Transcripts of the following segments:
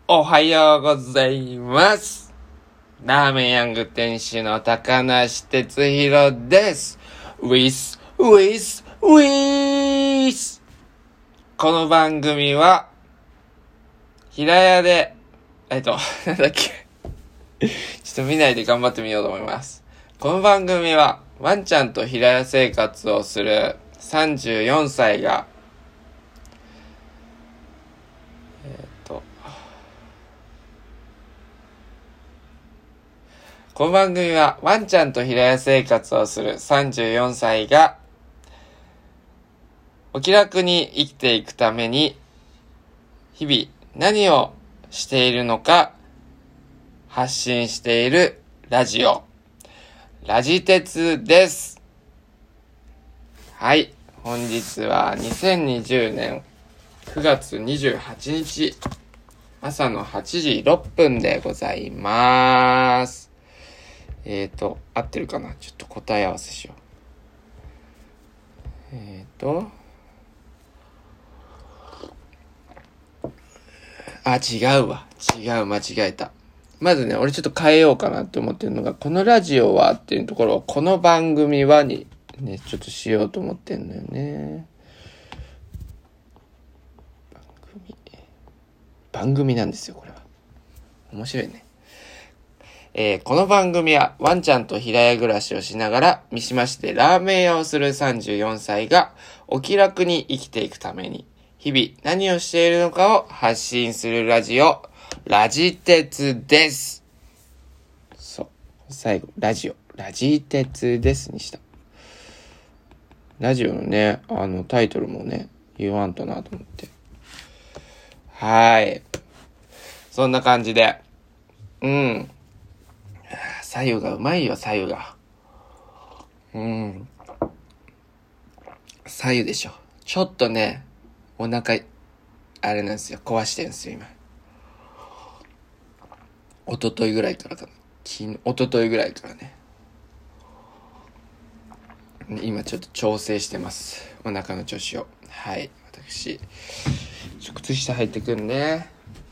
おはようございます。ラーメンヤング店主の高梨哲弘です。ウィス。この番組は、平屋で、なんだっけ。ちょっと見ないで頑張ってみようと思います。この番組は、ワンちゃんと平屋生活をする34歳が、この番組はワンちゃんと平屋生活をする34歳がお気楽に生きていくために日々何をしているのか発信しているラジオ、ラジ鉄です。はい、本日は2020年9月28日朝の8時6分でございます。合ってるかな？ちょっと答え合わせしよう。間違えた。まずね、俺ちょっと変えようかなって思ってるのが、このラジオはっていうところを、この番組はにね、ちょっとしようと思ってんのよね。番組なんですよ、これは。面白いね。この番組はワンちゃんと平屋暮らしをしながら三島市でラーメン屋をする34歳がお気楽に生きていくために日々何をしているのかを発信するラジオ、ラジ鉄です。そう。最後、ラジ鉄ですにした。ラジオのね、タイトルもね、言わんとなと思って。はい。そんな感じで。左右がうまいよ、左右が。左右でしょ。ちょっとね、お腹、あれなんですよ、壊してるんですよ、今。一昨日ぐらいからね。今ちょっと調整してます。お腹の調子を。はい。私、靴下入ってくんね。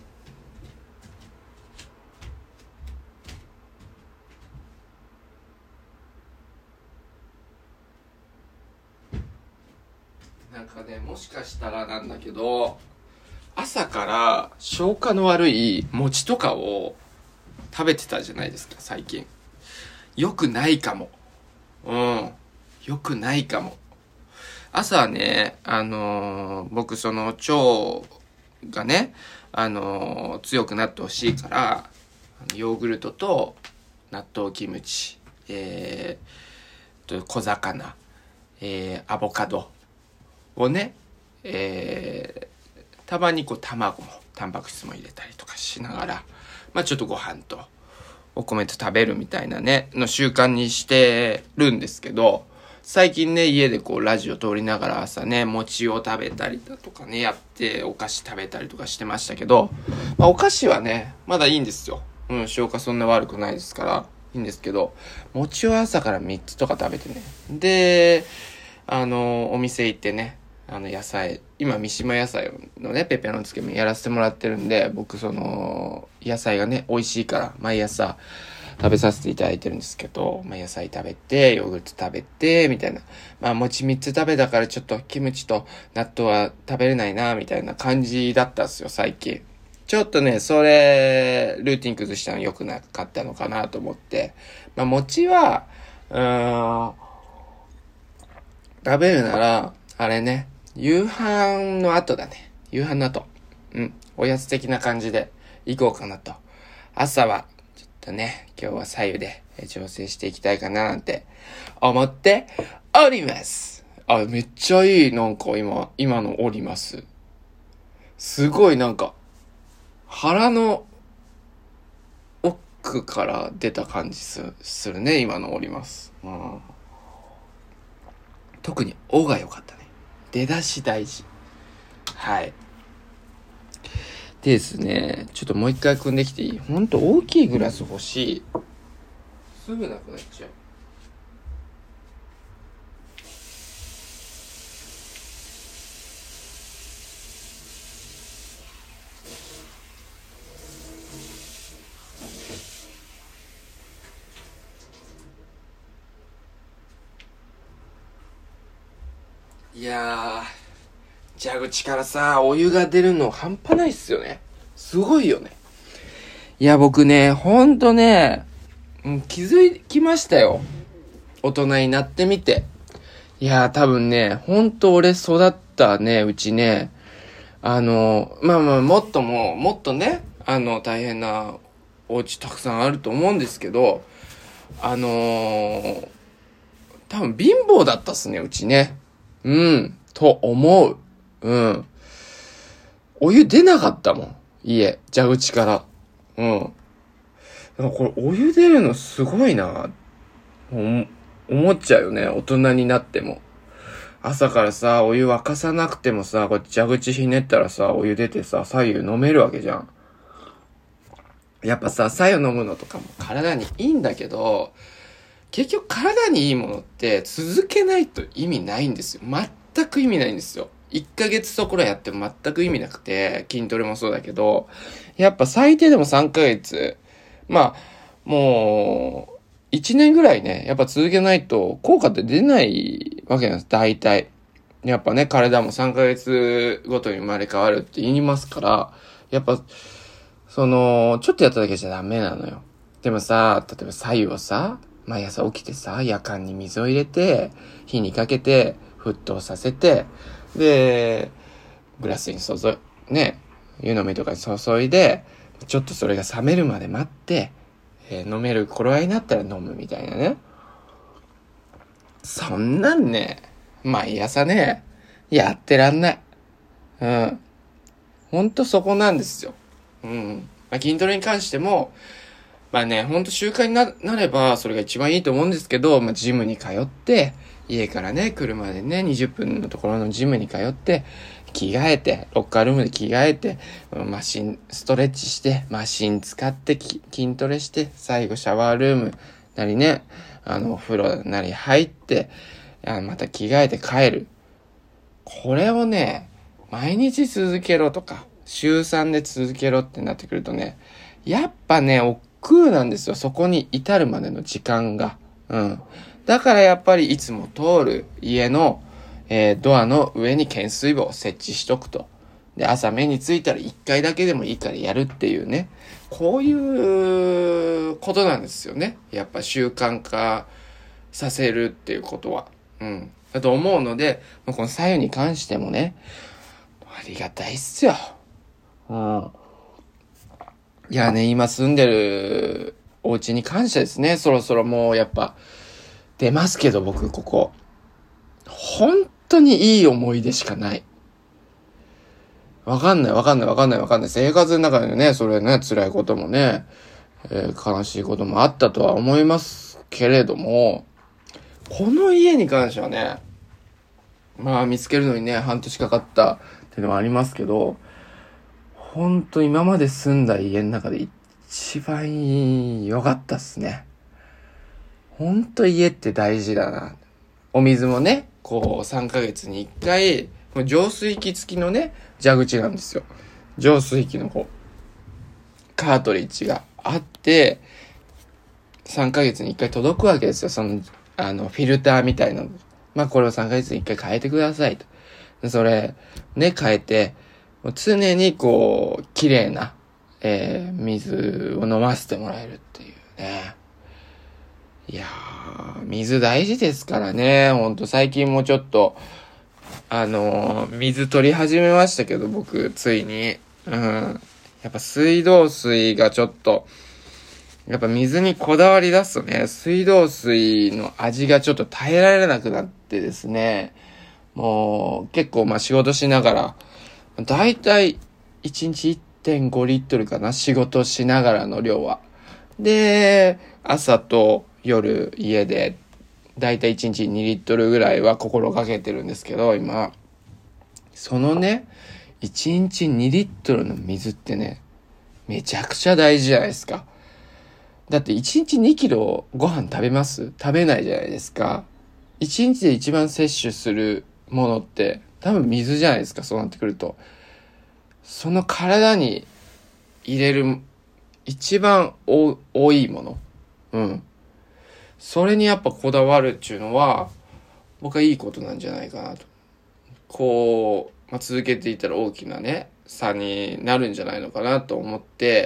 なんかね、もしかしたらなんだけど、朝から消化の悪い餅とかを食べてたじゃないですか、最近。よくないかも。よくないかも。朝はね、僕腸がね、強くなってほしいから、ヨーグルトと納豆キムチ、小魚、アボカドをね、たまに卵も、タンパク質も入れたりとかしながら、ちょっとご飯とお米と食べるみたいなね、の習慣にしてるんですけど、最近ね、家でラジオ通りながら朝ね、餅を食べたりだとかね、やって、お菓子食べたりとかしてましたけど、お菓子はね、まだいいんですよ。消化そんな悪くないですから、いいんですけど、餅を朝から3つとか食べてね。で、お店行ってね、野菜、今三島野菜のね、ペペロンつけ麺やらせてもらってるんで、僕野菜がね、美味しいから、毎朝食べさせていただいてるんですけど、野菜食べて、ヨーグルト食べて、みたいな。餅3つ食べたからちょっとキムチと納豆は食べれないな、みたいな感じだったんですよ、最近。ちょっとね、それ、ルーティン崩したの良くなかったのかなと思って。餅は、食べるなら、あれね、夕飯の後だね。夕飯の後。おやつ的な感じで行こうかなと。朝は、ちょっとね、今日は左右で調整していきたいかななんて思っております。めっちゃいい、なんか今のおります。すごいなんか、腹の奥から出た感じするね、今のおります。特に「お」が良かったね。出だし大事。はい。でですね、ちょっともう一回汲んできていい？ほんと大きいグラス欲しい。すぐなくなっちゃう。 蛇口からさ、お湯が出るの半端ないっすよね。すごいよね。いや、僕ね、ほんとね、気づきましたよ。大人になってみて。いや、多分ね、ほんと俺育ったね、うちね、もっとね、大変なお家たくさんあると思うんですけど、多分貧乏だったっすね、うちね。と思う。お湯出なかったもん。家、蛇口から。だからこれお湯出るのすごいな、思っちゃうよね、大人になっても。朝からさ、お湯沸かさなくてもさ、こう蛇口ひねったらさ、お湯出てさ、左右飲めるわけじゃん。やっぱさ、左右飲むのとかも体にいいんだけど、結局体にいいものって続けないと意味ないんですよ。全く意味ないんですよ。1ヶ月そこらやっても全く意味なくて、筋トレもそうだけど、やっぱ最低でも3ヶ月、もう、1年ぐらいね、やっぱ続けないと効果って出ないわけなんです、大体。やっぱね、体も3ヶ月ごとに生まれ変わるって言いますから、やっぱ、ちょっとやっただけじゃダメなのよ。でもさ、例えば左右をさ、毎朝起きてさ、夜間に水を入れて、火にかけて、沸騰させて、で、グラスに湯飲みとかに注いで、ちょっとそれが冷めるまで待って、飲める頃合いになったら飲むみたいなね。そんなんね、毎朝ね、やってらんない。ほんとそこなんですよ。筋トレに関しても、ほんと習慣になれば、それが一番いいと思うんですけど、ジムに通って、家からね、車でね、20分のところのジムに通って、着替えて、ロッカールームで着替えて、ストレッチして、マシン使って筋トレして、最後シャワールームなりね、お風呂なり入って、また着替えて帰る。これをね、毎日続けろとか、週3で続けろってなってくるとね、やっぱね、億劫なんですよ。そこに至るまでの時間が。だからやっぱりいつも通る家の、ドアの上に懸垂棒を設置しとくと。で、朝目についたら1回だけでもいいからやるっていうね。こういうことなんですよね。やっぱ習慣化させるっていうことは。だと思うので、この左右に関してもね、ありがたいっすよ。いやね、今住んでるお家に感謝ですね。そろそろもうやっぱ出ますけど、僕ここ。本当にいい思い出しかない。わかんない。生活の中でね、それね、辛いこともね、悲しいこともあったとは思いますけれども、この家に関してはね、見つけるのにね、半年かかったっていうのはありますけど、ほんと今まで住んだ家の中で一番良かったっすね。ほんと家って大事だな。お水もね、3ヶ月に1回、浄水器付きのね、蛇口なんですよ。浄水器のカートリッジがあって、3ヶ月に1回届くわけですよ。フィルターみたいなの。これを3ヶ月に1回変えてくださいと。それ、ね、変えて、常に綺麗な、水を飲ませてもらえるっていうね。いやー、水大事ですからね。ほんと最近もちょっと、水取り始めましたけど、僕、ついに。やっぱ水道水がちょっと、やっぱ水にこだわり出すとね、水道水の味がちょっと耐えられなくなってですね、もう結構仕事しながら、だいたい1日 1.5 リットルかな、仕事しながらの量は。で、朝と夜家で、だいたい1日2リットルぐらいは心がけてるんですけど、今。そのね、1日2リットルの水ってね、めちゃくちゃ大事じゃないですか。だって1日2キロご飯食べます？食べないじゃないですか。1日で一番摂取するものって多分水じゃないですか、そうなってくると。その体に入れる一番多いもの。それにやっぱこだわるっていうのは、僕はいいことなんじゃないかなと。 続けていったら大きなね、差になるんじゃないのかなと思って、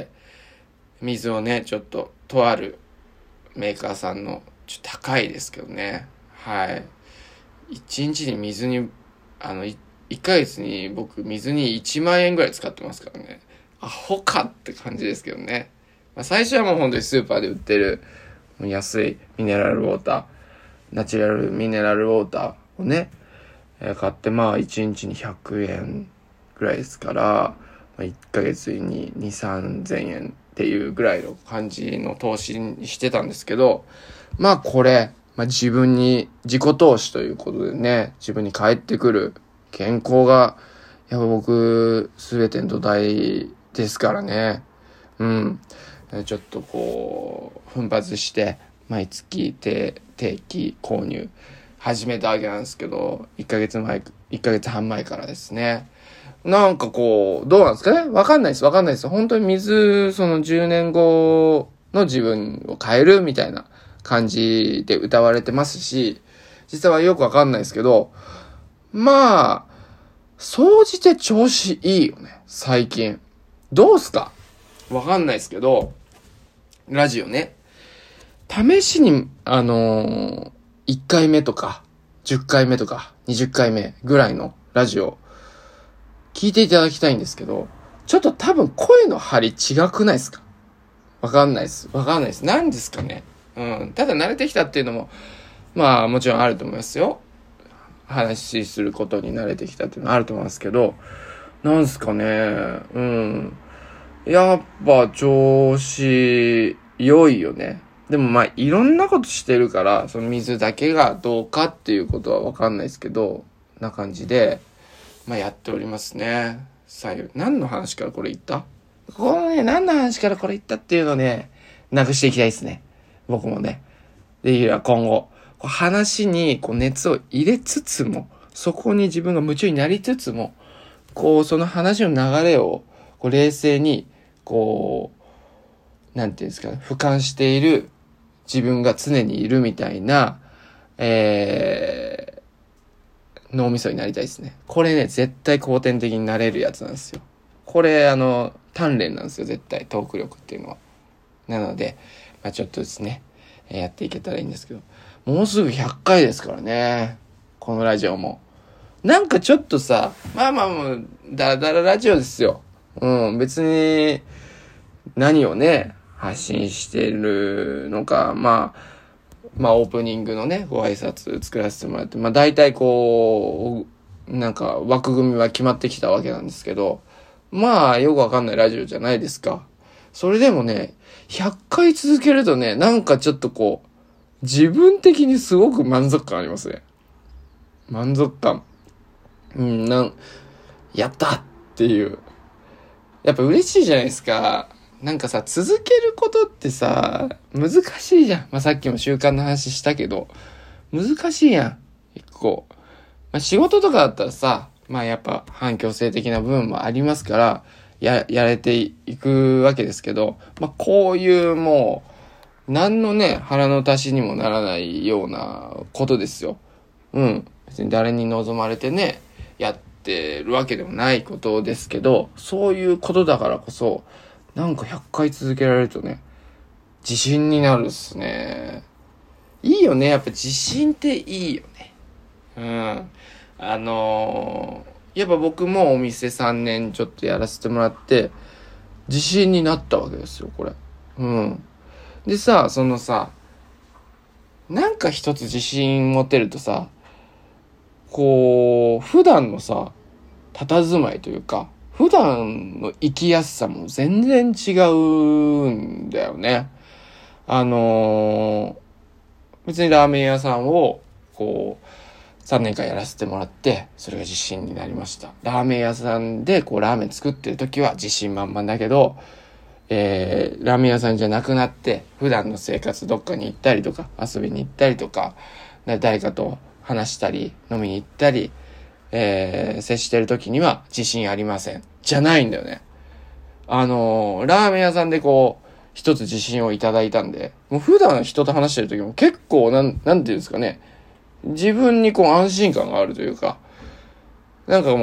水をね、ちょっと、とあるメーカーさんの、ちょっと高いですけどね。はい。1日に水に、1ヶ月に僕水に1万円ぐらい使ってますからね。アホかって感じですけどね。最初はもう本当にスーパーで売ってる安いミネラルウォーター、ナチュラルミネラルウォーターをね、買って1日に100円ぐらいですから、1ヶ月に2、3000円っていうぐらいの感じの投資にしてたんですけど、これ、自分に自己投資ということでね、自分に返ってくる健康が、やっぱ僕、すべての土台ですからね。ちょっと奮発して、毎月定期購入始めたわけなんですけど、1ヶ月半前からですね。どうなんですかね？わかんないです。本当に10年後の自分を変えるみたいな感じで歌われてますし、実はよくわかんないですけど、総じて調子いいよね、最近。どうすか？わかんないですけど、ラジオね。試しに、1回目とか、10回目とか、20回目ぐらいのラジオ、聞いていただきたいんですけど、ちょっと多分声の張り違くないですか？わかんないです。何ですかね。ただ慣れてきたっていうのも、もちろんあると思いますよ。話することに慣れてきたっていうのはあると思いますけど、なんすかね。やっぱ調子良いよね。でもいろんなことしてるから、その水だけがどうかっていうことはわかんないですけど、な感じで、やっておりますね。何の話からこれ言った何の話からこれ言ったっていうのをね、なくしていきたいですね。僕もね。できれば今後、話に熱を入れつつも、そこに自分が夢中になりつつも、その話の流れを、冷静に、なんていうんですかね、俯瞰している自分が常にいるみたいな、脳みそになりたいですね。これね、絶対後天的になれるやつなんですよ。これ、鍛錬なんですよ、絶対、トーク力っていうのは。なので、ちょっとですね、やっていけたらいいんですけど、もうすぐ100回ですからね。このラジオも。なんかちょっとさ、もう、だらだらラジオですよ。別に、何をね、発信してるのか、オープニングのね、ご挨拶作らせてもらって、大体なんか枠組みは決まってきたわけなんですけど、よくわかんないラジオじゃないですか。それでもね、100回続けるとね、なんかちょっと自分的にすごく満足感ありますね。満足感。やったっていう。やっぱ嬉しいじゃないですか。なんかさ、続けることってさ、難しいじゃん。さっきも習慣の話したけど、難しいやん。結構。仕事とかだったらさ、やっぱ反強制的な部分もありますから、やれていくわけですけど、こういうもう、何のね、腹の足しにもならないようなことですよ。別に誰に望まれてね、やってるわけでもないことですけど、そういうことだからこそ、なんか100回続けられるとね、自信になるっすね。いいよね。やっぱ自信っていいよね。やっぱ僕もお店3年ちょっとやらせてもらって、自信になったわけですよ、これ。でさ、なんか一つ自信持てるとさ、普段のさ、佇まいというか、普段の生きやすさも全然違うんだよね。別にラーメン屋さんを、3年間やらせてもらって、それが自信になりました。ラーメン屋さんで、ラーメン作ってる時は自信満々だけど、ラーメン屋さんじゃなくなって、普段の生活どっかに行ったりとか、遊びに行ったりとか、誰かと話したり、飲みに行ったり、接してる時には自信ありません。じゃないんだよね。ラーメン屋さんで一つ自信をいただいたんで、もう普段人と話してる時も結構なんていうんですかね、自分に安心感があるというか、 なんかもう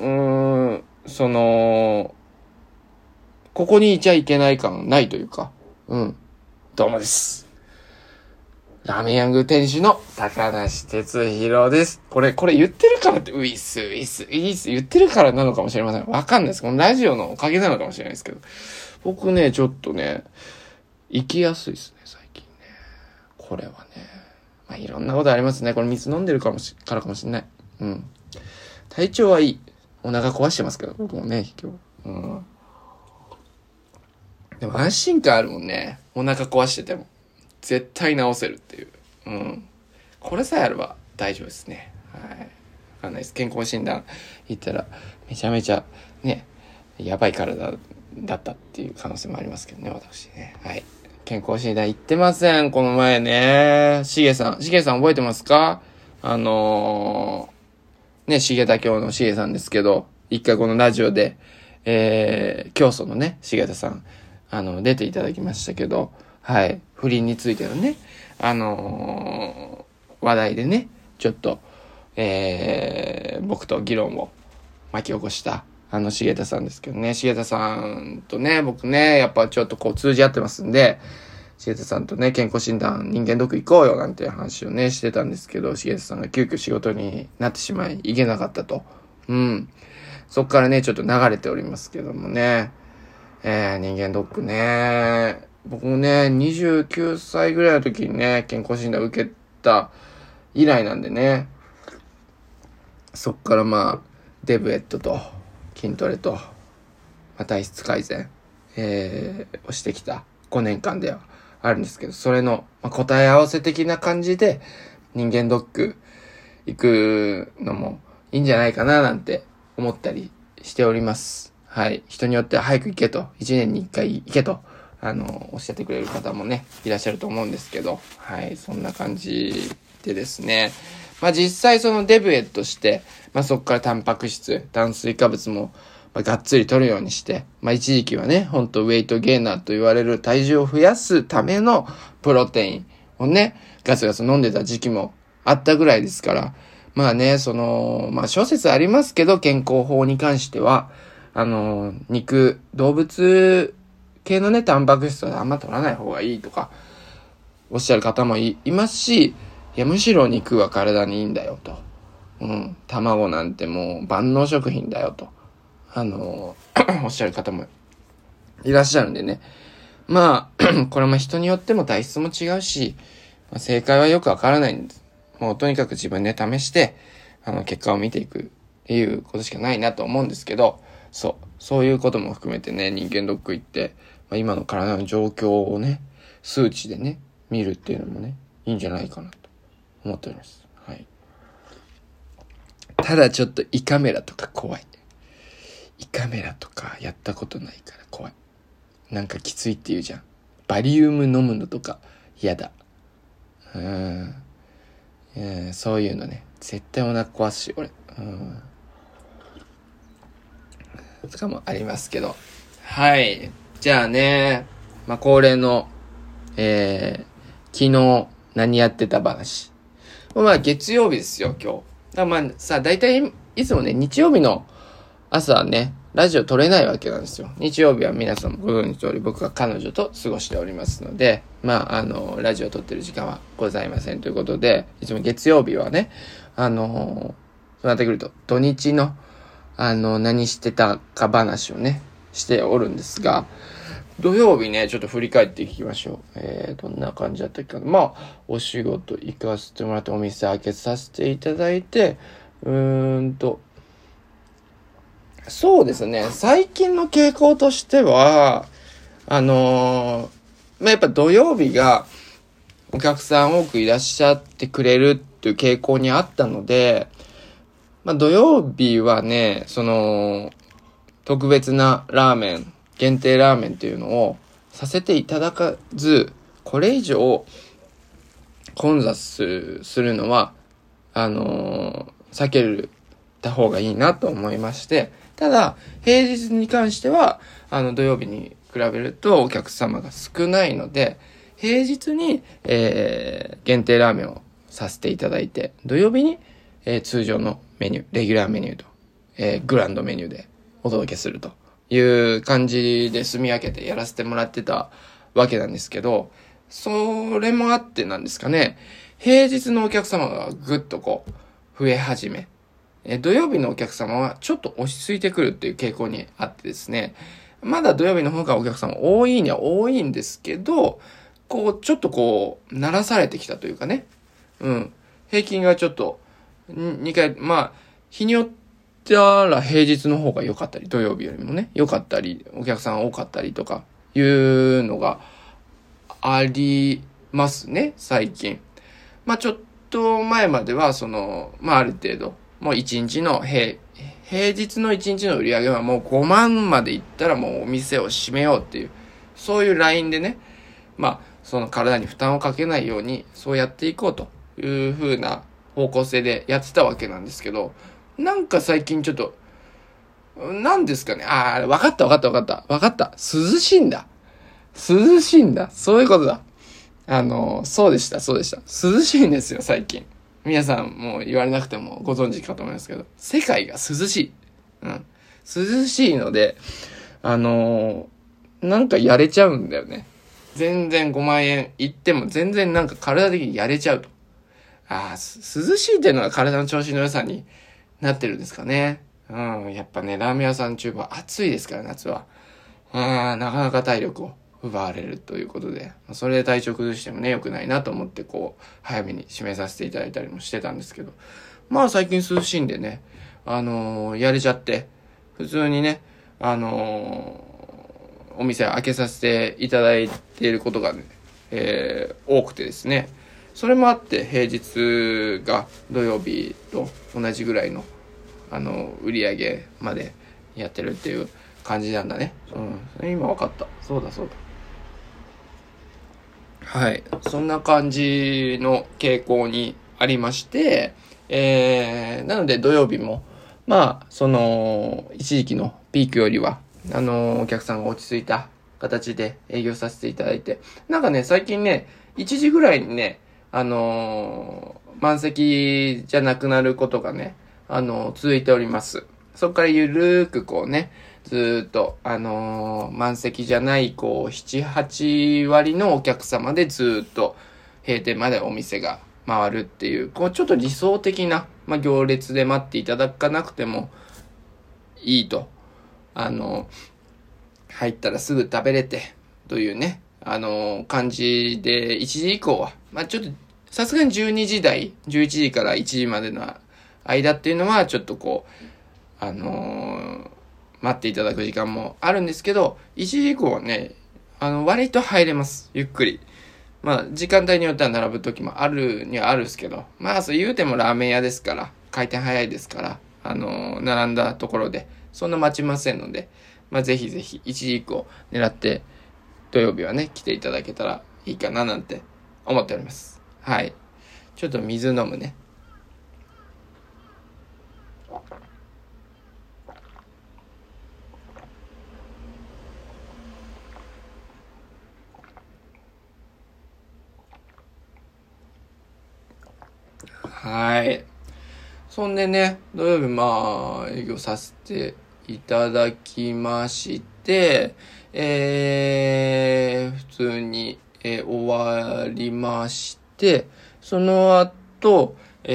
ここにいちゃいけない感ないというか、どうもです。ラーメンヤング店主の高梨哲弘です。これ言ってるからって、ウィス言ってるからなのかもしれません。わかんないです。このラジオのおかげなのかもしれないですけど。僕ね、ちょっとね、行きやすいですね、最近ね。これはね。まあ、いろんなことありますね。これ水飲んでるからかもしれない。体調はいい。お腹壊してますけど、僕もね、今日。でも安心感あるもんね。お腹壊してても。絶対治せるっていう。これさえあれば大丈夫ですね。はい。わかんないです。健康診断行ったら、めちゃめちゃ、ね、やばい体だったっていう可能性もありますけどね、私ね。はい。健康診断行ってません、この前ね。しげさん覚えてますか？ね、しげた今日のしげさんですけど、一回このラジオで、教祖のね、しげたさん、出ていただきましたけど、はい。不倫についてのね、話題でね、ちょっと、僕と議論を巻き起こした、重田さんですけどね、重田さんとね、僕ね、やっぱちょっとこう通じ合ってますんで、重田さんとね、健康診断、人間ドック行こうよ、なんていう話をね、してたんですけど、重田さんが急遽仕事になってしまい、行けなかったと。そっからね、ちょっと流れておりますけどもね、人間ドックね、僕もね、29歳ぐらいの時にね、健康診断受けた以来なんでね、そっからまあ、デブエットと筋トレと、体質改善、をしてきた5年間ではあるんですけど、それの、答え合わせ的な感じで、人間ドック行くのもいいんじゃないかななんて思ったりしております。はい。人によっては早く行けと、1年に1回行けと、おっしゃってくれる方もね、いらっしゃると思うんですけど、はい。そんな感じでですね。実際そのデブエットして、そこからタンパク質、炭水化物も、がっつり取るようにして、一時期はね、ほんとウェイトゲーナーと言われる体重を増やすためのプロテインをね、ガツガツ飲んでた時期もあったぐらいですから、諸説ありますけど、健康法に関しては、動物系のね、タンパク質はあんま取らない方がいいとか、おっしゃる方もいますし、いや、むしろ肉は体にいいんだよと。卵なんてもう万能食品だよと。おっしゃる方もいらっしゃるんでね。これも人によっても体質も違うし、正解はよくわからないんです。もうとにかく自分で試して、結果を見ていくっていうことしかないなと思うんですけど、そういうことも含めてね、人間ドック行って、今の体の状況をね、数値でね、見るっていうのもね、いいんじゃないかなと思っております。はい。ただちょっと胃カメラとか怖い。胃カメラとかやったことないから怖い。なんかきついって言うじゃん。バリウム飲むのとか嫌だ。そういうのね、絶対お腹壊すし、俺。とかもありますけど。はい。じゃあね、恒例の、昨日何やってた話。月曜日ですよ、今日。だいたいいつもね、日曜日の朝はね、ラジオ撮れないわけなんですよ。日曜日は皆さんもご存知通り僕は彼女と過ごしておりますので、ラジオ撮ってる時間はございませんということで、いつも月曜日はね、そうなってくると、土日の、何してたか話をね、しておるんですが、土曜日ね、ちょっと振り返っていきましょう。どんな感じだったっけかな。お仕事行かせてもらって、お店開けさせていただいて、そうですね。最近の傾向としては、やっぱ土曜日がお客さん多くいらっしゃってくれるっていう傾向にあったので、土曜日はね、特別なラーメン、限定ラーメンっていうのをさせていただかず、これ以上混雑するのは、避けた方がいいなと思いまして、ただ、平日に関しては、土曜日に比べるとお客様が少ないので、平日に、限定ラーメンをさせていただいて、土曜日に、通常のメニュー、レギュラーメニューとグランドメニューでお届けするという感じで住み分けてやらせてもらってたわけなんですけど、それもあってなんですかね、平日のお客様がぐっとこう増え始め、土曜日のお客様はちょっと落ち着いてくるっていう傾向にあってですね、まだ土曜日の方がお客様多いには多いんですけど、こうちょっとこう慣らされてきたというかね、平均がちょっと2回、日によっては平日の方が良かったり、土曜日よりもね良かったり、お客さん多かったりとかいうのがありますね、最近。ちょっと前まではある程度もう1日の平日の1日の売り上げはもう5万までいったらもうお店を閉めようっていう、そういうラインでね、その体に負担をかけないようにそうやっていこうという風な方向性でやってたわけなんですけど、なんか最近ちょっと、なんですかね、わかった。涼しいんだ。そういうことだ。そうでした。涼しいんですよ、最近。皆さんもう言われなくてもご存知かと思いますけど、世界が涼しい。涼しいので、なんかやれちゃうんだよね。全然5万円いっても全然なんか体的にやれちゃうと。涼しいっていうのが体の調子の良さになってるんですかね。やっぱね、ラーメン屋さん厨房暑いですから、夏は。なかなか体力を奪われるということで、それで体調崩してもね、良くないなと思って早めに締めさせていただいたりもしてたんですけど、最近涼しいんでね、やれちゃって、普通にね、お店開けさせていただいていることがね、多くてですね、それもあって平日が土曜日と同じぐらいの売り上げまでやってるっていう感じなんだね。今分かった。そうだ。はい。そんな感じの傾向にありまして、なので土曜日も、一時期のピークよりは、お客さんが落ち着いた形で営業させていただいて、なんかね、最近ね、1時ぐらいにね、満席じゃなくなることがね、続いております。そこからゆるーくずーっと、満席じゃない、7、8割のお客様でずーっと閉店までお店が回るっていう、ちょっと理想的な、行列で待っていただかなくてもいいと。入ったらすぐ食べれて、というね、感じで、1時以降は、ちょっと、さすがに12時台、11時から1時までの間っていうのは、ちょっと待っていただく時間もあるんですけど、1時以降はね、割と入れます。ゆっくり。時間帯によっては並ぶ時もあるにはあるんですけど、そう言うてもラーメン屋ですから、回転早いですから、並んだところで、そんな待ちませんので、ぜひぜひ1時以降狙って土曜日はね来ていただけたらいいかななんて思っております。はい。ちょっと水飲むね。はい。そんでね、土曜日営業させていただきまして、普通に、終わりまして、その後、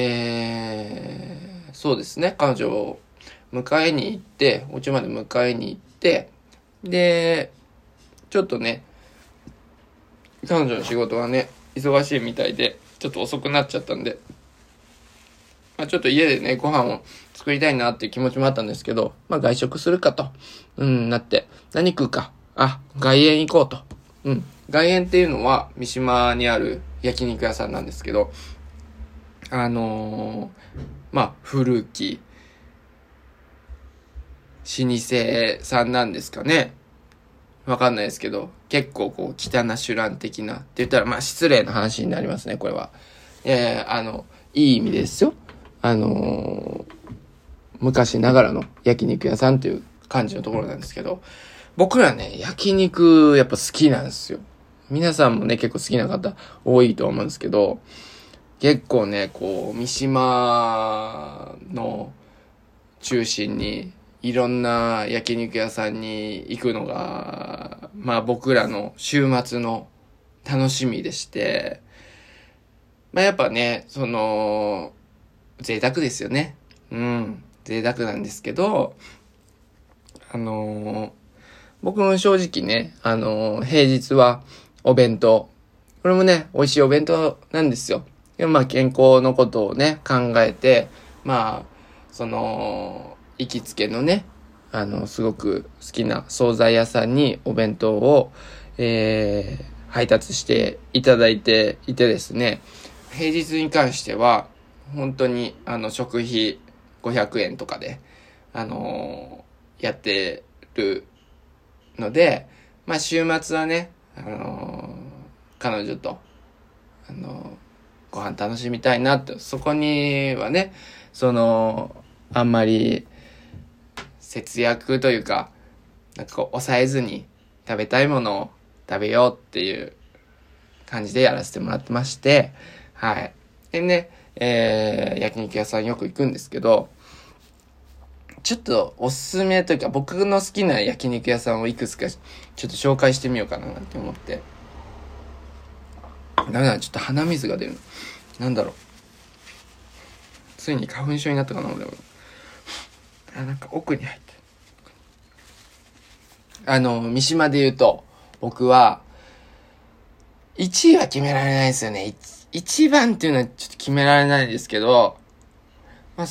そうですね、彼女を迎えに行って、お家まで迎えに行って、で、ちょっとね、彼女の仕事はね、忙しいみたいで、ちょっと遅くなっちゃったんで、ちょっと家でね、ご飯を作りたいなっていう気持ちもあったんですけど、外食するかと。なって、何食うか。外苑行こうと。外苑っていうのは、三島にある焼肉屋さんなんですけど、古き、老舗さんなんですかね。わかんないですけど、結構汚シュラン的なって言ったら、失礼な話になりますね、これは。いい意味ですよ。昔ながらの焼肉屋さんという感じのところなんですけど、僕らね、焼肉やっぱ好きなんですよ。皆さんもね、結構好きな方多いと思うんですけど、結構ね、三島の中心にいろんな焼肉屋さんに行くのが、まあ僕らの週末の楽しみでして、まあやっぱね、贅沢ですよね。贅沢なんですけど、僕も正直ね、平日はお弁当、これもね、美味しいお弁当なんですよ。でもまあ健康のことをね、考えて、まあ、行きつけのね、すごく好きな惣菜屋さんにお弁当を、配達していただいていてですね、平日に関しては、本当に、食費500円とかで、やってるので、まあ、週末はね、彼女と、ご飯楽しみたいなって、そこにはね、あんまり節約というか、なんかこう、抑えずに食べたいものを食べようっていう感じでやらせてもらってまして、はい。でね、焼肉屋さんよく行くんですけど、ちょっとおすすめというか、僕の好きな焼肉屋さんをいくつかちょっと紹介してみようかななんて思って。ダメだ、ちょっと鼻水が出る。なんだろう。ついに花粉症になったかな、俺は。なんか奥に入って。三島で言うと、僕は、1位は決められないですよね。1番っていうのはちょっと決められないですけど、まあ、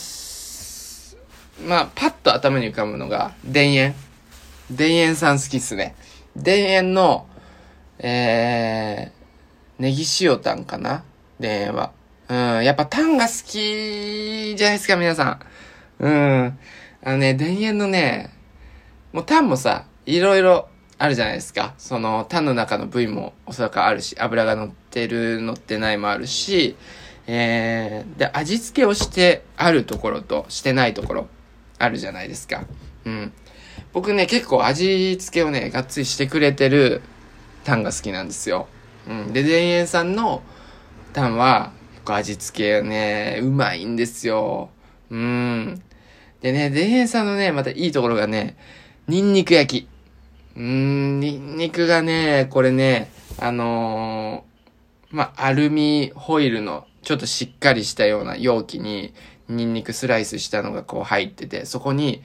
パッと頭に浮かぶのが、田園さん好きっすね。田園の、ネギ塩タンかな田園は。やっぱタンが好きじゃないですか、皆さん。田園のね、もうタンもさ、いろいろあるじゃないですか。タンの中の部位もおそらくあるし、油が乗ってる、乗ってないもあるし、で、味付けをしてあるところとしてないところ、あるじゃないですか。僕ね、結構味付けをね、がっつりしてくれてるタンが好きなんですよ。で、田園さんのタンは、結構味付けね、うまいんですよ。でね、田園さんのね、またいいところがね、ニンニク焼き。ニンニクがね、これね、アルミホイルのちょっとしっかりしたような容器に、ニンニクスライスしたのがこう入ってて、そこに、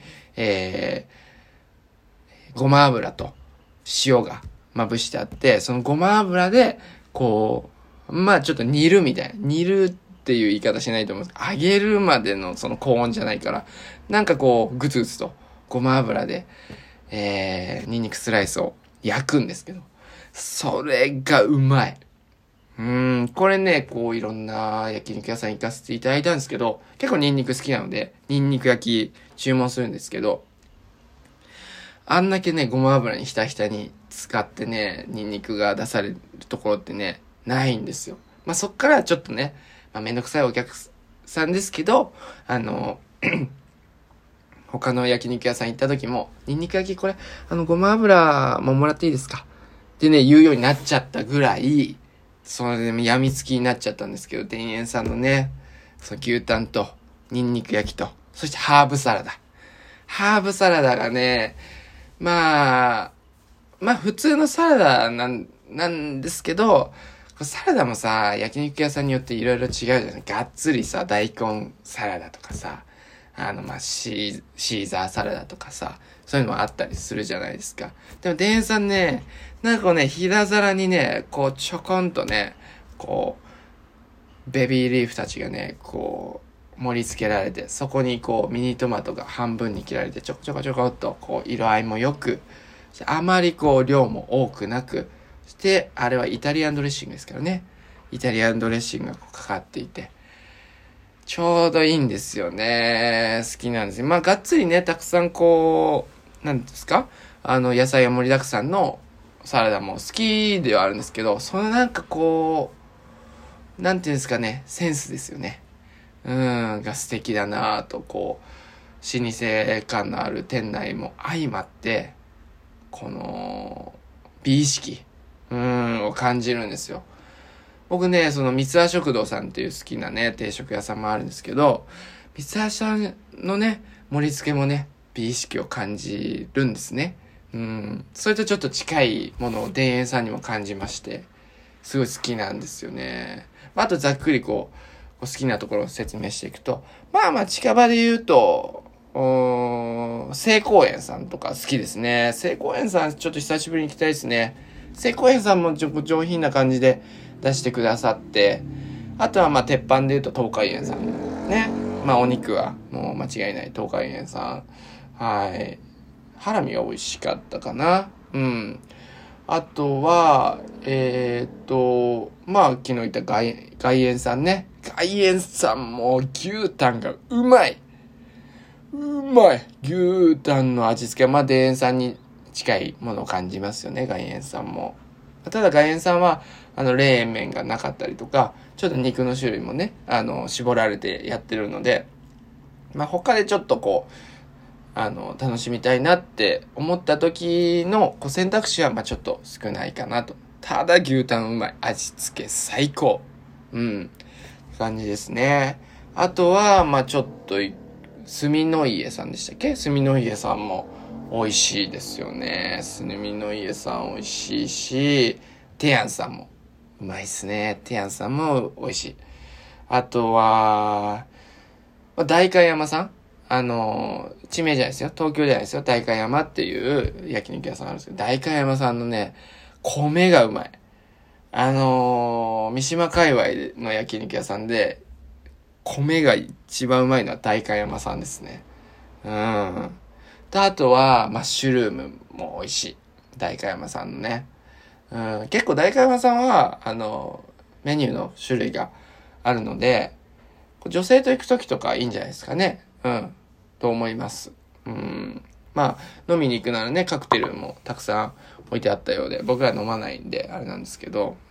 ごま油と塩がまぶしてあって、そのごま油で、こう、ちょっと煮るみたいな。煮るっていう言い方しないと思うんですけど、揚げるまでのその高温じゃないから、なんかこう、ぐつぐつとごま油で、ニンニクスライスを焼くんですけど、それがうまい。これね、こういろんな焼肉屋さん行かせていただいたんですけど、結構ニンニク好きなので、ニンニク焼き注文するんですけど、あんだけね、ごま油にひたひたに使ってね、ニンニクが出されるところってね、ないんですよ。そっからちょっとね、めんどくさいお客さんですけど、他の焼肉屋さん行った時も、ニンニク焼きこれ、ごま油ももらっていいですかってね、言うようになっちゃったぐらい、それで病みつきになっちゃったんですけど、田園さんのね、その牛タンと、ニンニク焼きと、そしてハーブサラダ。ハーブサラダがね、普通のサラダなんですけど、サラダもさ、焼肉屋さんによっていろいろ違うじゃない。がっつりさ、大根サラダとかさ、シーザーサラダとかさ、そういうのもあったりするじゃないですか。でも、田園さんね、なんかこうね、平皿にね、こう、ちょこんとね、こう、ベビーリーフたちがね、こう、盛り付けられて、そこにこう、ミニトマトが半分に切られて、ちょこちょこちょこっと、こう、色合いも良く、あまりこう、量も多くなく、そして、あれはイタリアンドレッシングですからね。イタリアンドレッシングがかかっていて、ちょうどいいんですよね。好きなんですよ。がっつりね、たくさんこう、なんですか？野菜が盛りだくさんのサラダも好きではあるんですけど、そのなんかこう、なんていうんですかね、センスですよね。が素敵だなぁと、こう、老舗感のある店内も相まって、この、美意識、を感じるんですよ。僕ね、その三ツ輪食堂さんっていう好きなね、定食屋さんもあるんですけど、 三橋さんのね、盛り付けもね、美意識を感じるんですね。それとちょっと近いものを田園さんにも感じまして、すごい好きなんですよね。あとざっくり好きなところを説明していくと、近場で言うと、聖公園さんとか好きですね。聖公園さんちょっと久しぶりに行きたいですね。聖公園さんも上品な感じで出してくださって、あとは鉄板で言うと東海園さんね。お肉はもう間違いない東海園さん。はい。ハラミが美味しかったかな。あとは、昨日言った外苑さんね。外苑さんも牛タンがうまい。牛タンの味付けは、田園さんに近いものを感じますよね、外苑さんも。ただ外苑さんは、冷麺がなかったりとか、ちょっと肉の種類もね、絞られてやってるので、他でちょっと楽しみたいなって思った時の選択肢はちょっと少ないかなと。ただ牛タンうまい。味付け最高。感じですね。あとは、ちょっと、住の家さんでしたっけ？住の家さんも美味しいですよね。住の家さん美味しいし、テアンさんもうまいっすね。テアンさんも美味しい。あとは、代官山さん地名じゃないですよ。東京じゃないですよ。代官山っていう焼肉屋さんがあるんですけど、代官山さんのね、米がうまい。三島界隈の焼肉屋さんで、米が一番うまいのは代官山さんですね。あとは、マッシュルームも美味しい。代官山さんのね。結構代官山さんは、メニューの種類があるので、女性と行くときとかいいんじゃないですかね。と思います。飲みに行くならね、カクテルもたくさん置いてあったようで、僕ら飲まないんで、あれなんですけど、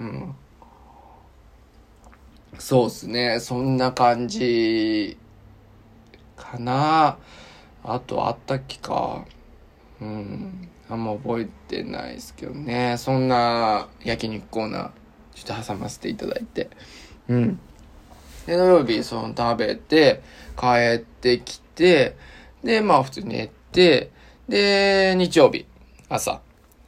そうっすね。そんな感じかな。あとあったっけか。あんま覚えてないですけどね。そんな焼肉コーナー、ちょっと挟ませていただいて。で、土曜日、食べて、帰ってきて、で、普通に寝て、で、日曜日、朝。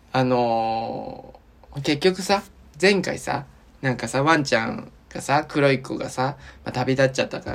結局さ、前回さ、ワンちゃんがさ、黒い子がさ、旅立っちゃったから、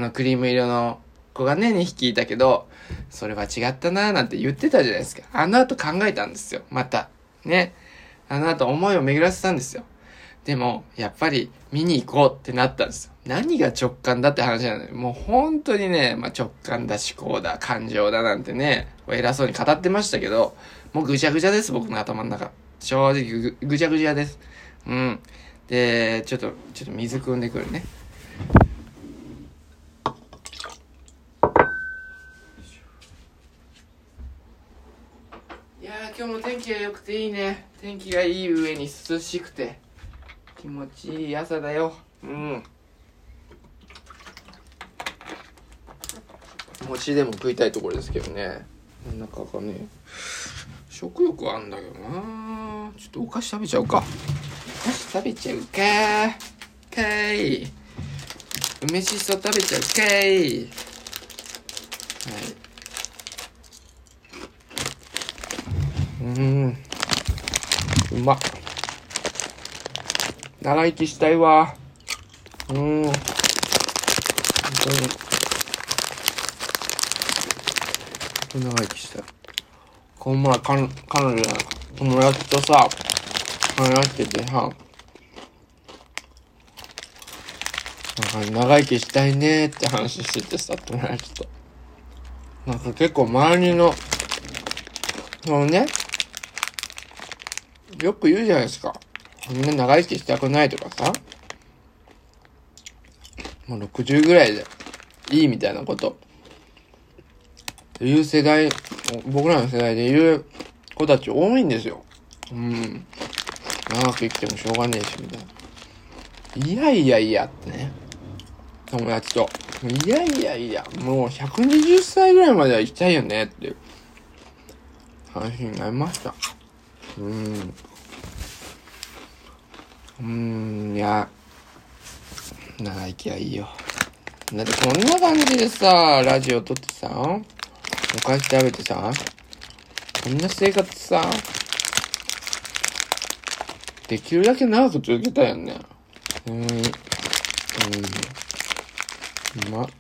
クリーム色の子がね、2匹いたけど、それは違ったなーなんて言ってたじゃないですか。あの後考えたんですよ。また。ね。あの後思いを巡らせたんですよ。でも、やっぱり見に行こうってなったんですよ。何が直感だって話なのよ。もう本当にね、直感だ、思考だ、感情だなんてね、偉そうに語ってましたけど、もうぐちゃぐちゃです、僕の頭の中。正直ぐちゃぐちゃです。で、ちょっと水汲んでくるね。いやー、今日も天気が良くていいね。天気がいい上に涼しくて気持ちいい朝だよ。餅でも食いたいところですけどね。なかなかね、食欲あんだけどな。ちょっとお菓子食べちゃうか。お菓子食べちゃうかーい。梅しそ食べちゃうかーい。うまっ。長生きしたいわ。本当に。長生きしたい。この前、彼女が友達とさ、話しててさ、長生きしたいねって話しててさ、友達と。結構周りの、よく言うじゃないですか。みんな長生きしたくないとかさ、もう60ぐらいでいいみたいなこと言う世代、僕らの世代で言う子たち多いんですよ。長く生きてもしょうがねえし、みたいな。いやってね。友達と。いや、もう120歳ぐらいまでは生きたいよねっていう話になりました。いや、長生きはいいよ。 だってこんな感じでさ、ラジオ撮ってさ、お菓子食べてさ、こんな生活さ、できるだけ長く続けたいよね。うまっ。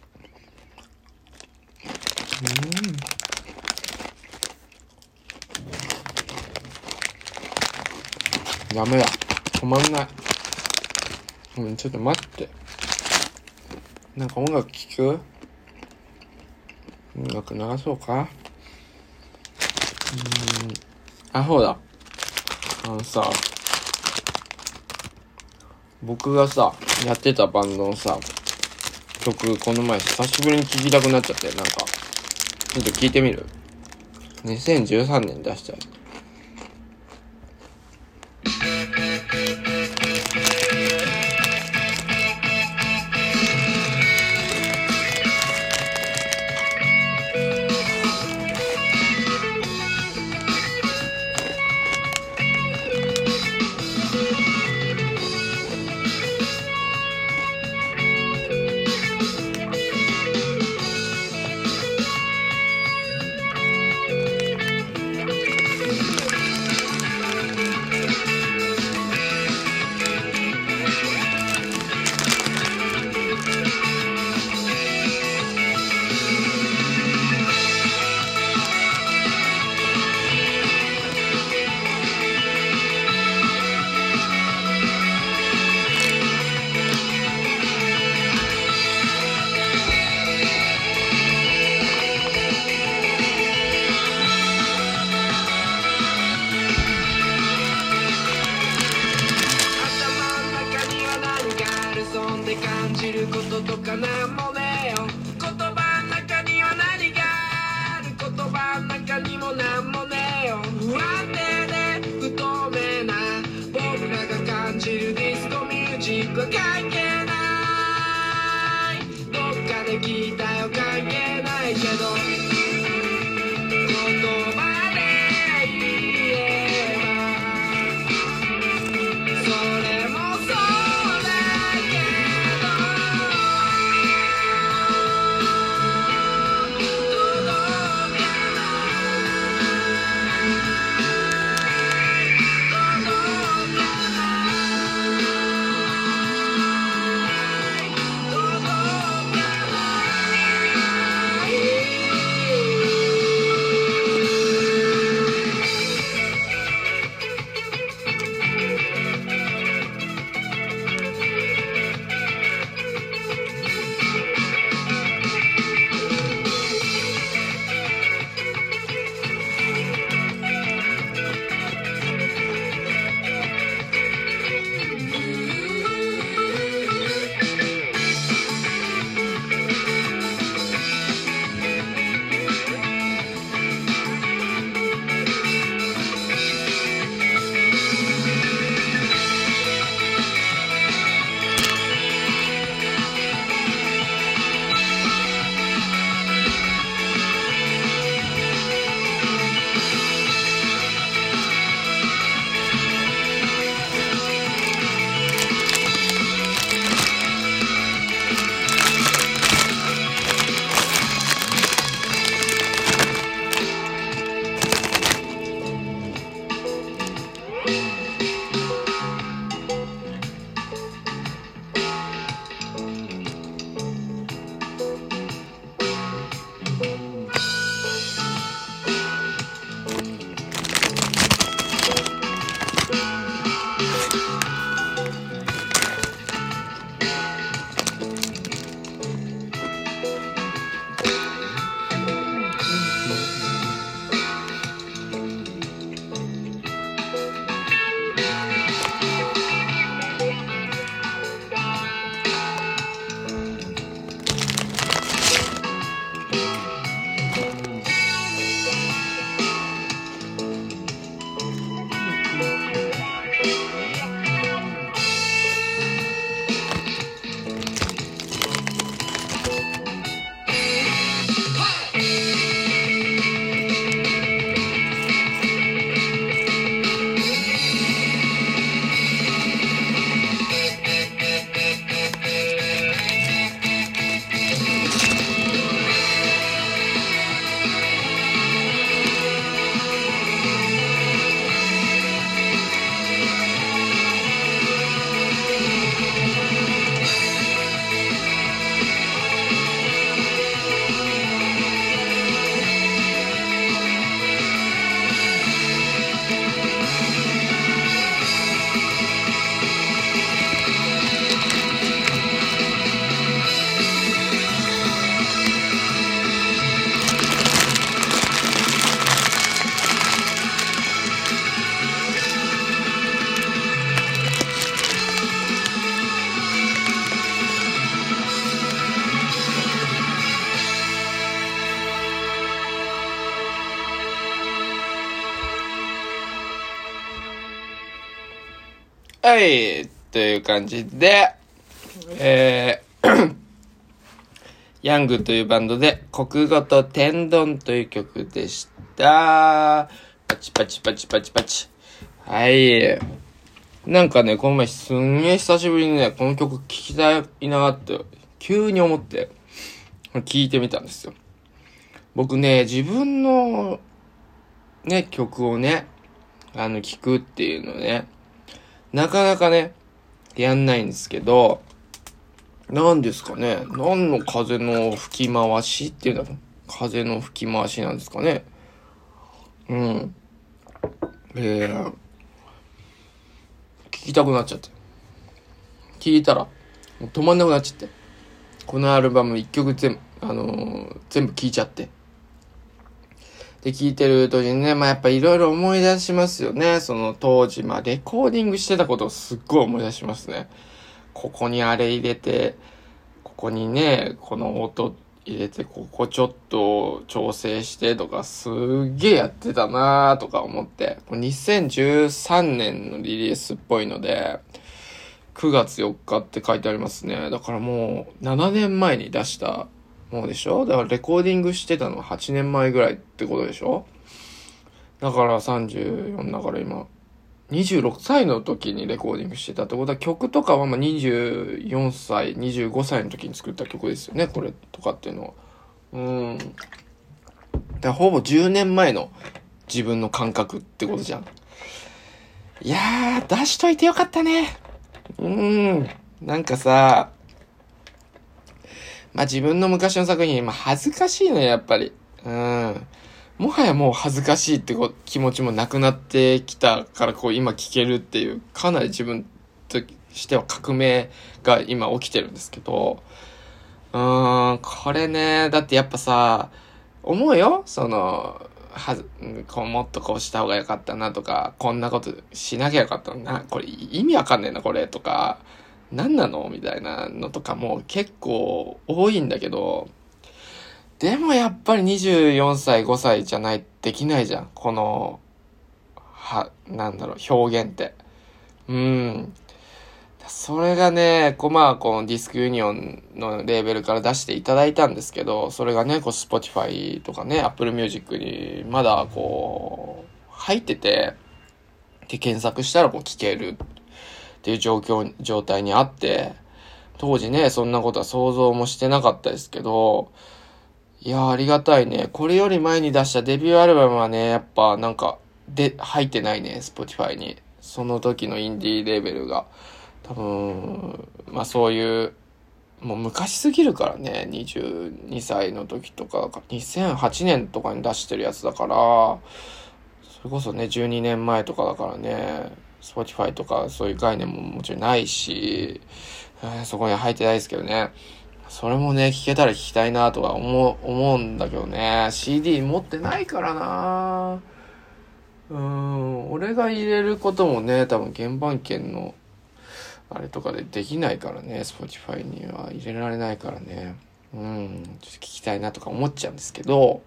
ダメだ。止まんない。ちょっと待って。なんか音楽聴く？音楽流そうか？そうだ。さ、僕がさ、やってたバンドのさ、曲、この前久しぶりに聴きたくなっちゃって、なんか、ちょっと聴いてみる？ 2013 年出したやつ。 感じることとかなんもねえよ。言葉の中には何がある？言葉の中にもなんもねえよ。不安定で不透明な僕らが感じるディスコミュージックは関係ない。どっかで聞いたよ、関係ないけど言葉で言えばそれもそうだけど届かない届かない届かないはい、という感じで、ヤングというバンドで、国語と天丼という曲でした。パチパチパチパチパチ。はい。なんかね、この前すんげえ久しぶりにね、この曲聴きたいなって、急に思って、聴いてみたんですよ。僕ね、自分の、ね、曲をね、聴くっていうのね、なかなかね、やんないんですけど、何ですかね、何の風の吹き回しっていうの風の吹き回しなんですかね。うん。聞きたくなっちゃって。聞いたら、もう止まんなくなっちゃって。このアルバム一曲全部聞いちゃって。で、聞いてる時にね、やっぱいろいろ思い出しますよね。その当時、レコーディングしてたことをすっごい思い出しますね。ここにあれ入れて、ここにね、この音入れて、ここちょっと調整してとか、すっげえやってたなーとか思って、2013年のリリースっぽいので、9月4日って書いてありますね。だからもう7年前に出したものでしょ。だからレコーディングしてたのは8年前ぐらいってことでしょ。だから34だから今、26歳の時にレコーディングしてたってことは、曲とかは24歳、25歳の時に作った曲ですよね、これとかっていうのは。だからほぼ10年前の自分の感覚ってことじゃん。いやー、出しといてよかったね。なんかさ、自分の昔の作品、恥ずかしいのよ、やっぱり。もはやもう恥ずかしいって気持ちもなくなってきたから今聴けるっていう、かなり自分としては革命が今起きてるんですけど、これね、だってやっぱさ、思うよ、もっとこうした方がよかったなとか、こんなことしなきゃよかったな、これ意味わかんねえなこれとか、何なのみたいなのとかも結構多いんだけど、でもやっぱり24歳、5歳じゃない、できないじゃん。この、表現って。それがね、このディスクユニオンのレーベルから出していただいたんですけど、それがね、Spotify とかね、Apple Music にまだ入ってて、で、検索したら聴けるっていう状態にあって、当時ね、そんなことは想像もしてなかったですけど、いやーありがたいね。これより前に出したデビューアルバムはね、やっぱ入ってないね、Spotify に。その時のインディーレーベルが。多分、そういう、もう昔すぎるからね、22歳の時とかだから、2008年とかに出してるやつだから、それこそね、12年前とかだからね、Spotify とかそういう概念ももちろんないし、そこには入ってないですけどね。それもね、聞けたら聞きたいなとか思うんだけどね。CD 持ってないからな。俺が入れることもね、多分原版権のあれとかでできないからね、Spotify には入れられないからね。ちょっと聞きたいなとか思っちゃうんですけど、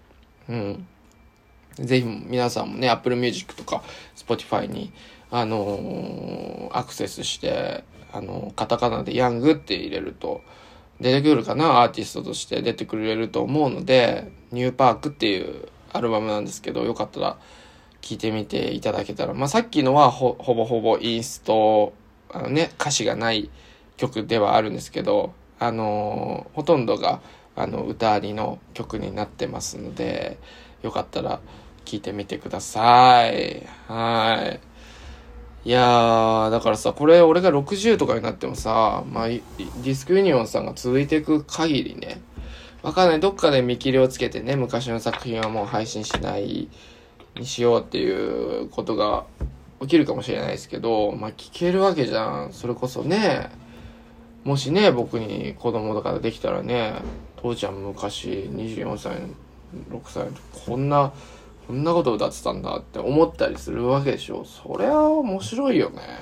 ぜひ皆さんもね、Apple Music とか Spotify に、アクセスして、カタカナでヤングって入れると、出てくるかな、アーティストとして出てくれると思うので、ニューパークっていうアルバムなんですけど、よかったら聴いてみていただけたら。さっきのはほぼほぼインスト、歌詞がない曲ではあるんですけど、ほとんどが、歌ありの曲になってますので、よかったら聴いてみてください。はい。いやー、だからさ、これ俺が60とかになってもさ、ディスクユニオンさんが続いていく限りね、わかんない。どっかで見切りをつけてね、昔の作品はもう配信しないにしようっていうことが起きるかもしれないですけど、聞けるわけじゃん。それこそね、もしね、僕に子供とかできたらね、父ちゃん昔24歳、6歳の時こんなこと歌ってたんだって思ったりするわけでしょ。そりゃ面白いよね。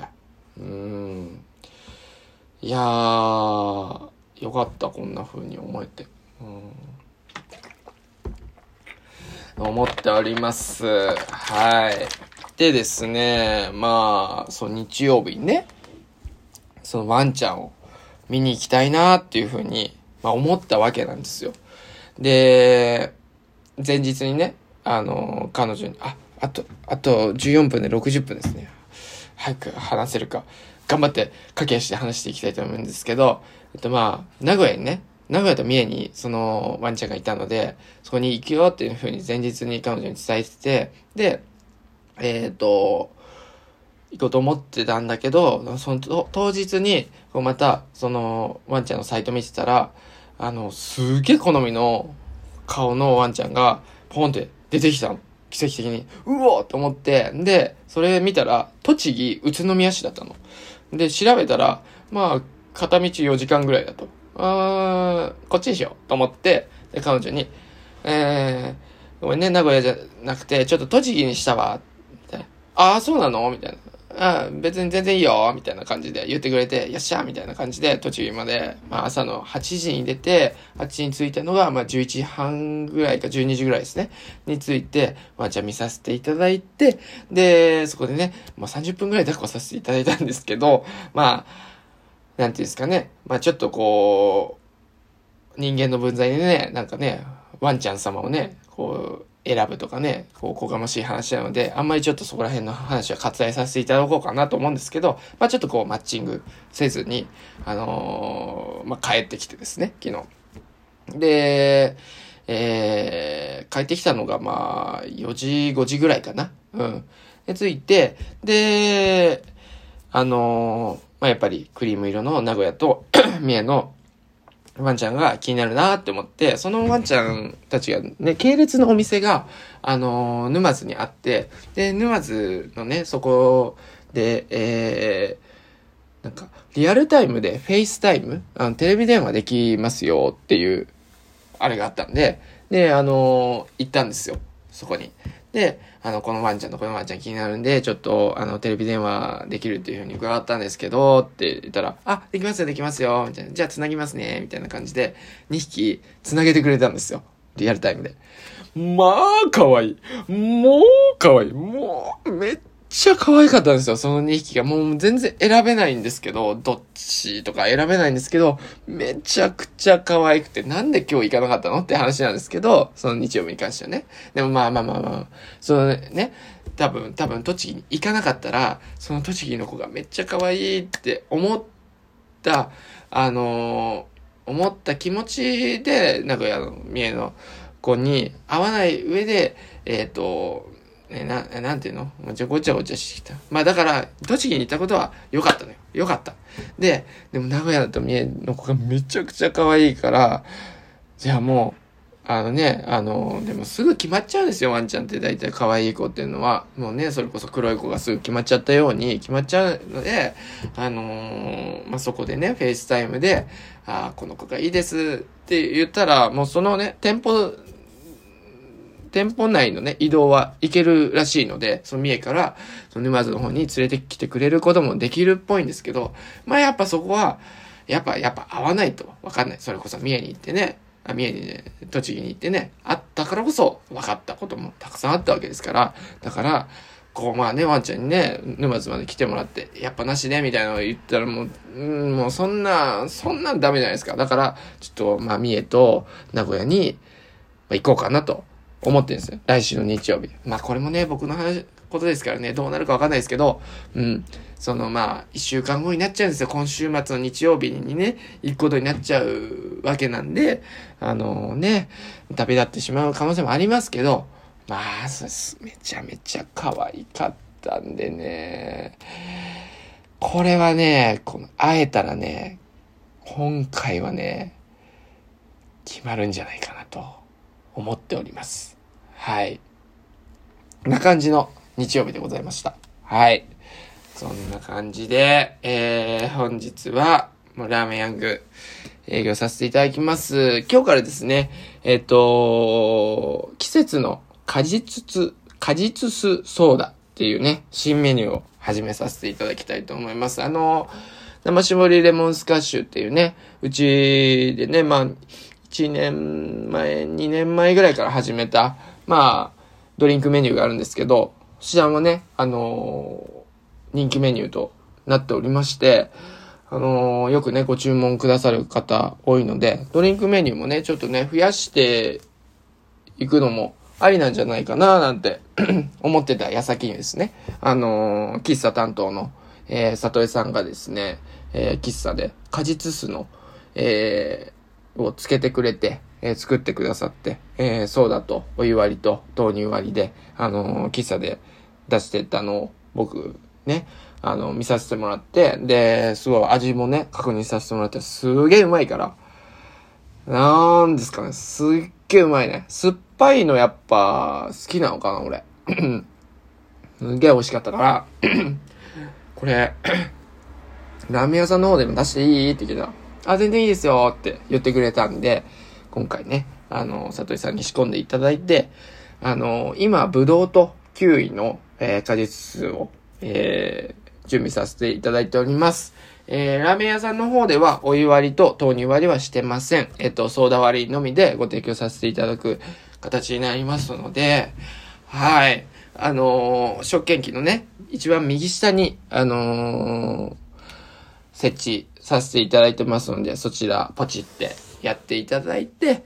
いやー、よかった、こんな風に思えて。思っております。はい。でですね、日曜日にね、 そのワンちゃんを見に行きたいなっていうふうに、思ったわけなんですよ。で、前日にね、彼女に、あと14分で60分ですね。早く話せるか。頑張って駆け足で話していきたいと思うんですけど、名古屋にね、名古屋と三重にそのワンちゃんがいたので、そこに行くよっていうふうに前日に彼女に伝えてて、で、行こうと思ってたんだけど、その当日に、また、その、ワンちゃんのサイト見てたら、すげえ好みの顔のワンちゃんが、ポンって出てきたの。奇跡的に。うおーと思って、で、それ見たら、栃木、宇都宮市だったの。で、調べたら、片道4時間ぐらいだと。こっちにしようと思って、で、彼女に、ごめんね、名古屋じゃなくて、ちょっと栃木にしたわ。そうなのみたいな。別に全然いいよ、みたいな感じで言ってくれて、よっしゃみたいな感じで、栃木まで、朝の8時に出て、8時に着いたのが、11時半ぐらいか12時ぐらいですね。に着いて、じゃあ見させていただいて、で、そこでね、30分ぐらい抱っこさせていただいたんですけど、なんていうんですかね。ちょっとこう、人間の分際でね、なんかね、ワンちゃん様をね、こう、選ぶとかね、こう、こがましい話なので、あんまりちょっとそこら辺の話は割愛させていただこうかなと思うんですけど、ちょっとこう、マッチングせずに、帰ってきてですね、昨日。で、帰ってきたのが4時、5時ぐらいかな。で、着いて、で、やっぱりクリーム色の名古屋と三重のワンちゃんが気になるなって思って、そのワンちゃんたちがね、系列のお店が、沼津にあって、で、沼津のね、そこで、リアルタイムでフェイスタイム、テレビ電話できますよっていう、あれがあったんで、で、行ったんですよ、そこに。で、このワンちゃん気になるんで、ちょっと、テレビ電話できるっていう風に伺ったんですけど、って言ったら、できますよ、みたいな。じゃあ繋ぎますね、みたいな感じで、2匹繋げてくれたんですよ。リアルタイムで。可愛い。もう可愛い。もう、めっちゃ可愛かったんですよ、その2匹が。もう全然選べないんですけど、どっちとか選べないんですけど、めちゃくちゃ可愛くて、なんで今日行かなかったのって話なんですけど、その日曜日に関してはね。でもそのね、多分栃木に行かなかったら、その栃木の子がめっちゃ可愛いって思った、思った気持ちで、名古屋の三重の子に会わない上で、なんていうのごちゃごちゃしてきた。だから、栃木に行ったことは良かったのよ。良かった。でも名古屋だと三重の子がめちゃくちゃ可愛いから、じゃあもう、でもすぐ決まっちゃうんですよ、ワンちゃんって大体可愛い子っていうのは。もうね、それこそ黒い子がすぐ決まっちゃったように決まっちゃうので、そこでね、フェイスタイムで、この子がいいですって言ったら、もうそのね、店舗内のね、移動は行けるらしいので、その三重から、その沼津の方に連れてきてくれることもできるっぽいんですけど、やっぱそこは、やっぱ合わないとわかんない。それこそ三重に行ってね、栃木に行ってね、あったからこそ分かったこともたくさんあったわけですから、だから、ワンちゃんにね、沼津まで来てもらって、やっぱなしね、みたいなのを言ったらもうそんなんダメじゃないですか。だから、ちょっと、三重と名古屋に、行こうかなと。思ってるんですよ。来週の日曜日。これもね、僕のことですからね、どうなるかわかんないですけど、一週間後になっちゃうんですよ。今週末の日曜日にね、行くことになっちゃうわけなんで、旅立ってしまう可能性もありますけど、めちゃめちゃ可愛かったんでね、これはね、会えたらね、今回はね、決まるんじゃないかなと。思っております。はい。こんな感じの日曜日でございました。はい。そんな感じで、本日は、もうラーメンヤング営業させていただきます。今日からですね、季節の果実酢ソーダっていうね、新メニューを始めさせていただきたいと思います。生搾りレモンスカッシュっていうね、うちでね、1年前、2年前ぐらいから始めた、ドリンクメニューがあるんですけど、こちらもね、人気メニューとなっておりまして、 よくね、ご注文くださる方多いので、ドリンクメニューもね、ちょっとね、増やしていくのもありなんじゃないかな、なんて思ってた矢先にですね、喫茶担当の、里江さんがですね、喫茶で果実酢の、をつけてくれて、作ってくださって、ソーダとお湯割りと豆乳割りで、喫茶で出してたのを僕ね、見させてもらって、で、すごい味もね、確認させてもらって、すげえうまいから、なんですかね、すっげえうまいね。酸っぱいのやっぱ好きなのかな、俺。すっげえ美味しかったから、これ、ラーメン屋さんの方でも出していいって聞いたら、あ、全然いいですよって言ってくれたんで、今回ね、里井さんに仕込んでいただいて、今、ぶどうとキウイの、果実酢を、準備させていただいております。ラーメン屋さんの方ではお湯割りと豆乳割りはしてません。ソーダ割りのみでご提供させていただく形になりますので、はい。食券機のね、一番右下に、設置させていただいてますので、そちらポチってやっていただいて、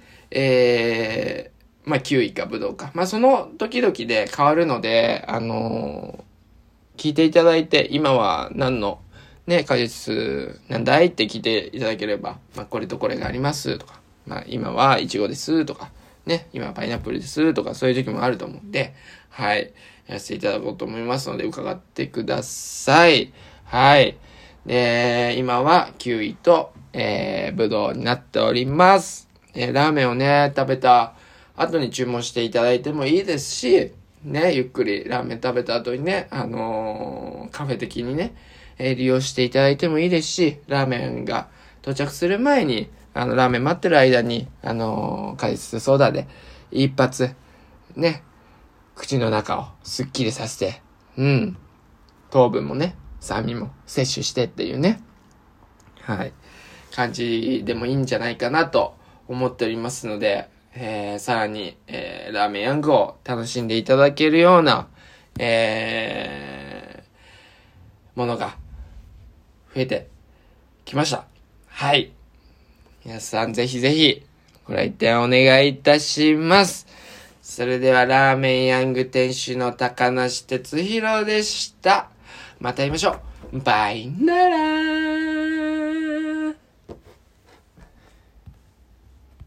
キウイかブドウか。その時々で変わるので、聞いていただいて、今は何のね、果実なんだいって聞いていただければ、これとこれがありますとか、今はイチゴですとか、ね、今はパイナップルですとか、そういう時もあると思うんで、はい、やらせていただこうと思いますので、伺ってください。はい。で、今はキウイと、ブドウになっております。ラーメンをね、食べた後に注文していただいてもいいですし、ね、ゆっくりラーメン食べた後にね、カフェ的にね、利用していただいてもいいですし、ラーメンが到着する前に、ラーメン待ってる間に、果実ソーダで一発、ね、口の中をスッキリさせて、糖分もね、酸味も摂取してっていうね、はい、感じでもいいんじゃないかなと思っておりますので、さらに、ラーメンヤングを楽しんでいただけるような、ものが増えてきました。はい。皆さんぜひぜひご来店お願いいたします。それではラーメンヤング店主の高梨哲弘でした。また会いましょう。バイならー。